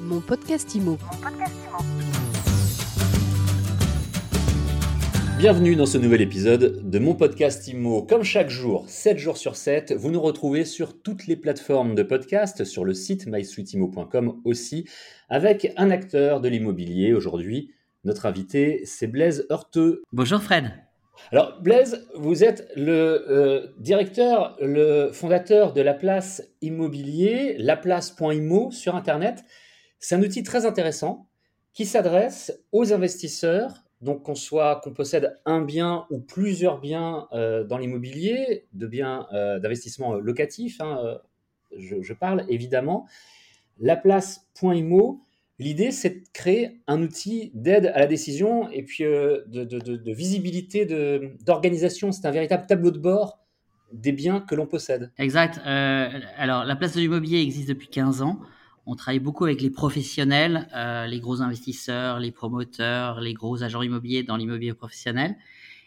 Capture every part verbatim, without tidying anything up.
Mon podcast Imo. Bienvenue dans ce nouvel épisode de mon podcast Imo. Comme chaque jour, sept jours sur sept, vous nous retrouvez sur toutes les plateformes de podcast, sur le site my sweet imo point com aussi, avec un acteur de l'immobilier. Aujourd'hui, notre invité, c'est Blaise Heurteux. Bonjour Fred. Alors Blaise, vous êtes le euh, directeur, le fondateur de Laplace Immobilier, laplace point imo sur Internet. C'est un outil très intéressant qui s'adresse aux investisseurs, donc qu'on soit qu'on possède un bien ou plusieurs biens euh, dans l'immobilier, de biens euh, d'investissement locatif, hein, euh, je, je parle évidemment. Laplace point imo, l'idée c'est de créer un outil d'aide à la décision et puis euh, de, de, de, de visibilité, de, d'organisation. C'est un véritable tableau de bord des biens que l'on possède. Exact. Euh, alors, la place de l'immobilier existe depuis quinze ans. On travaille beaucoup avec les professionnels, euh, les gros investisseurs, les promoteurs, les gros agents immobiliers dans l'immobilier professionnel.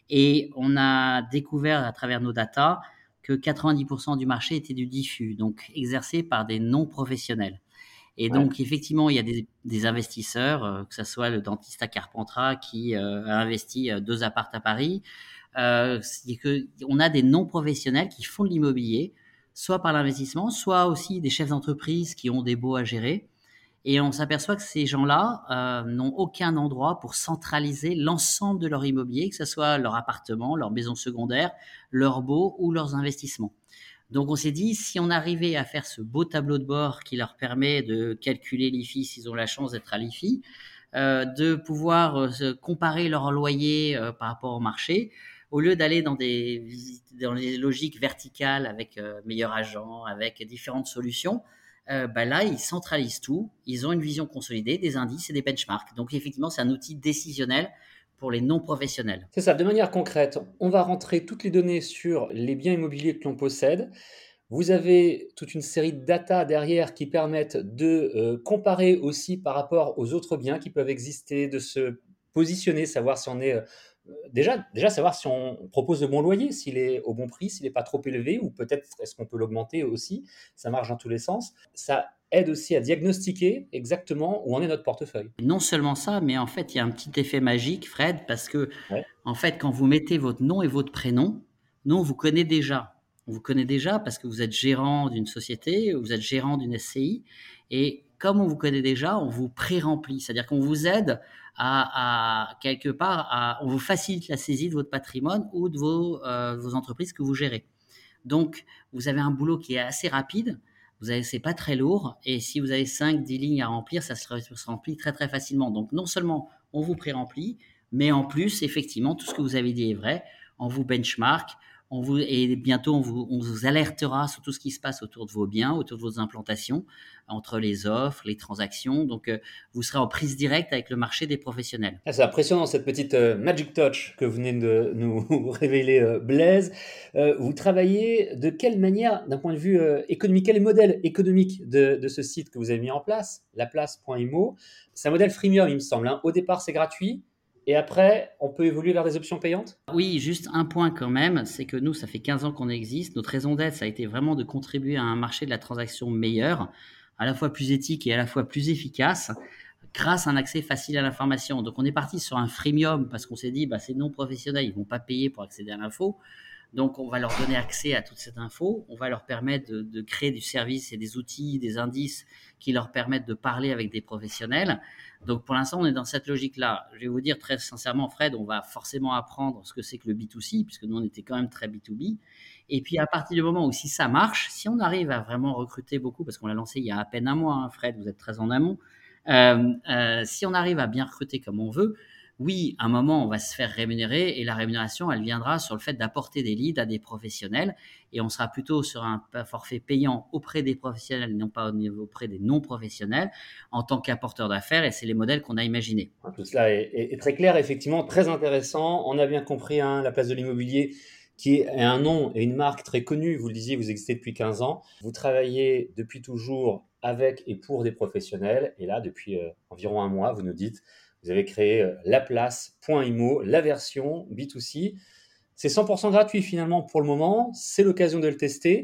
Et on a découvert à travers nos datas que quatre-vingt-dix pour cent du marché était du diffus, donc exercé par des non-professionnels. Et donc, ouais. effectivement, il y a des, des investisseurs, euh, que ce soit le dentiste à Carpentras qui euh, a investi euh, deux apparts à Paris. Euh, c'est que on a des non-professionnels qui font de l'immobilier, soit par l'investissement, soit aussi des chefs d'entreprise qui ont des baux à gérer. Et on s'aperçoit que ces gens-là euh, n'ont aucun endroit pour centraliser l'ensemble de leur immobilier, que ce soit leur appartement, leur maison secondaire, leurs baux ou leurs investissements. Donc on s'est dit, si on arrivait à faire ce beau tableau de bord qui leur permet de calculer l'I F I s'ils ont la chance d'être à l'I F I, euh, de pouvoir euh, comparer leur loyer euh, par rapport au marché, au lieu d'aller dans des, dans des logiques verticales avec euh, meilleurs agents, avec différentes solutions, euh, bah là, ils centralisent tout. Ils ont une vision consolidée, des indices et des benchmarks. Donc, effectivement, c'est un outil décisionnel pour les non-professionnels. C'est ça, de manière concrète, on va rentrer toutes les données sur les biens immobiliers que l'on possède. Vous avez toute une série de data derrière qui permettent de euh, comparer aussi par rapport aux autres biens qui peuvent exister, de se positionner, savoir si on est... Euh, déjà, déjà savoir si on propose de bons loyers, s'il est au bon prix, s'il n'est pas trop élevé, ou peut-être est-ce qu'on peut l'augmenter aussi. Ça marche dans tous les sens. Ça aide aussi à diagnostiquer exactement où en est notre portefeuille. Non seulement ça, mais en fait, il y a un petit effet magique, Fred, parce que ouais. en fait, quand vous mettez votre nom et votre prénom, nous, on vous connaît déjà. On vous connaît déjà parce que vous êtes gérant d'une société, vous êtes gérant d'une S C I, et comme on vous connaît déjà, on vous pré-remplit, c'est-à-dire qu'on vous aide à, à quelque part, à, on vous facilite la saisie de votre patrimoine ou de vos, euh, vos entreprises que vous gérez. Donc, vous avez un boulot qui est assez rapide, vous avez, c'est pas très lourd, et si vous avez cinq dix lignes à remplir, ça se, se remplit très très facilement. Donc, non seulement on vous pré-remplit, mais en plus, effectivement, tout ce que vous avez dit est vrai, on vous benchmark, on vous, et bientôt on vous, on vous alertera sur tout ce qui se passe autour de vos biens, autour de vos implantations, entre les offres, les transactions. Donc, euh, vous serez en prise directe avec le marché des professionnels. Ah, c'est impressionnant cette petite euh, magic touch que vous venez de nous révéler, euh, Blaise. Euh, vous travaillez de quelle manière, d'un point de vue euh, économique? Quel est le modèle économique de, de ce site que vous avez mis en place, laplace point imo? C'est un modèle freemium, il me semble. Hein. Au départ, c'est gratuit. Et après, on peut évoluer vers des options payantes? Oui, juste un point quand même, c'est que nous, ça fait quinze ans qu'on existe. Notre raison d'être, ça a été vraiment de contribuer à un marché de la transaction meilleur, à la fois plus éthique et à la fois plus efficace, grâce à un accès facile à l'information. Donc, on est parti sur un freemium parce qu'on s'est dit, bah, c'est non professionnel, ils vont pas payer pour accéder à l'info. Donc, on va leur donner accès à toute cette info. On va leur permettre de, de créer du service et des outils, des indices qui leur permettent de parler avec des professionnels. Donc, pour l'instant, on est dans cette logique-là. Je vais vous dire très sincèrement, Fred, on va forcément apprendre ce que c'est que le B deux C, puisque nous, on était quand même très B deux B. Et puis, à partir du moment où si ça marche, si on arrive à vraiment recruter beaucoup, parce qu'on l'a lancé il y a à peine un mois, hein, Fred, vous êtes très en amont, euh, euh, si on arrive à bien recruter comme on veut, oui, à un moment, on va se faire rémunérer et la rémunération, elle viendra sur le fait d'apporter des leads à des professionnels et on sera plutôt sur un forfait payant auprès des professionnels, non pas auprès des non-professionnels, en tant qu'apporteur d'affaires et c'est les modèles qu'on a imaginés. Tout cela est, est, est très clair, effectivement, très intéressant. On a bien compris hein, la place de l'immobilier qui est un nom et une marque très connue. Vous le disiez, vous existez depuis quinze ans. Vous travaillez depuis toujours avec et pour des professionnels et là, depuis euh, environ un mois, vous nous dites vous avez créé euh, laplace point imo, la version B deux C. C'est cent pour cent gratuit finalement pour le moment. C'est l'occasion de le tester.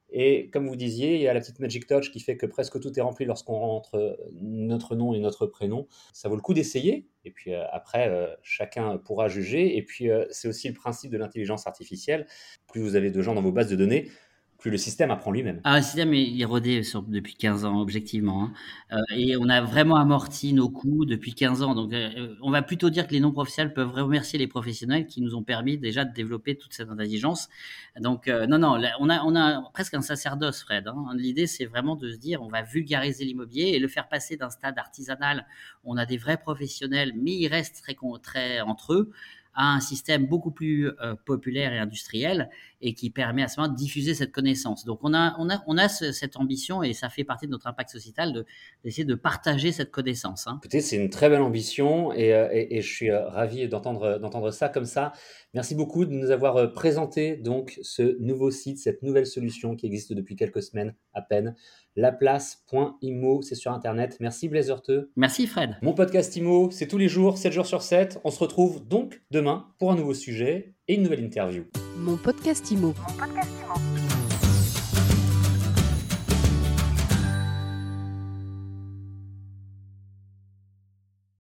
Et comme vous disiez, il y a la petite Magic Touch qui fait que presque tout est rempli lorsqu'on rentre notre nom et notre prénom. Ça vaut le coup d'essayer. Et puis euh, après, euh, chacun pourra juger. Et puis, euh, c'est aussi le principe de l'intelligence artificielle. Plus vous avez de gens dans vos bases de données, plus le système apprend lui-même. Ah, le système est il est rodé sur depuis quinze ans, objectivement, hein. Heu et on a vraiment amorti nos coûts depuis quinze ans. Donc, heu, on va plutôt dire que les non professionnels peuvent remercier les professionnels qui nous ont permis déjà de développer toute cette intelligence. Donc, heu, non, non, là, on a on a presque un sacerdoce, Fred, hein. L'idée, c'est vraiment de se dire: «On va vulgariser l'immobilier» et le faire passer d'un stade artisanal, où on a des vrais professionnels, mais ils restent très con très entre eux, à un système beaucoup plus, heu, populaire et industriel et qui permet à ce moment de diffuser cette connaissance. Donc on a, on a, on a ce- cette ambition et ça fait partie de notre impact sociétal de, d'essayer de partager cette connaissance, hein. Écoutez, c'est une très belle ambition et, euh, et- et je suis euh, ravi d'entendre, d'entendre ça comme ça. Merci beaucoup de nous avoir euh, présenté donc ce nouveau site, cette nouvelle solution qui existe depuis quelques semaines à peine. laplace point immo, c'est sur Internet. Merci Blaise Heurteux. Merci Fred. Mon podcast Imo, c'est tous les jours, sept jours sur sept. On se retrouve donc demain pour un nouveau sujet et une nouvelle interview. Mon podcast Imo. Mon podcast Imo.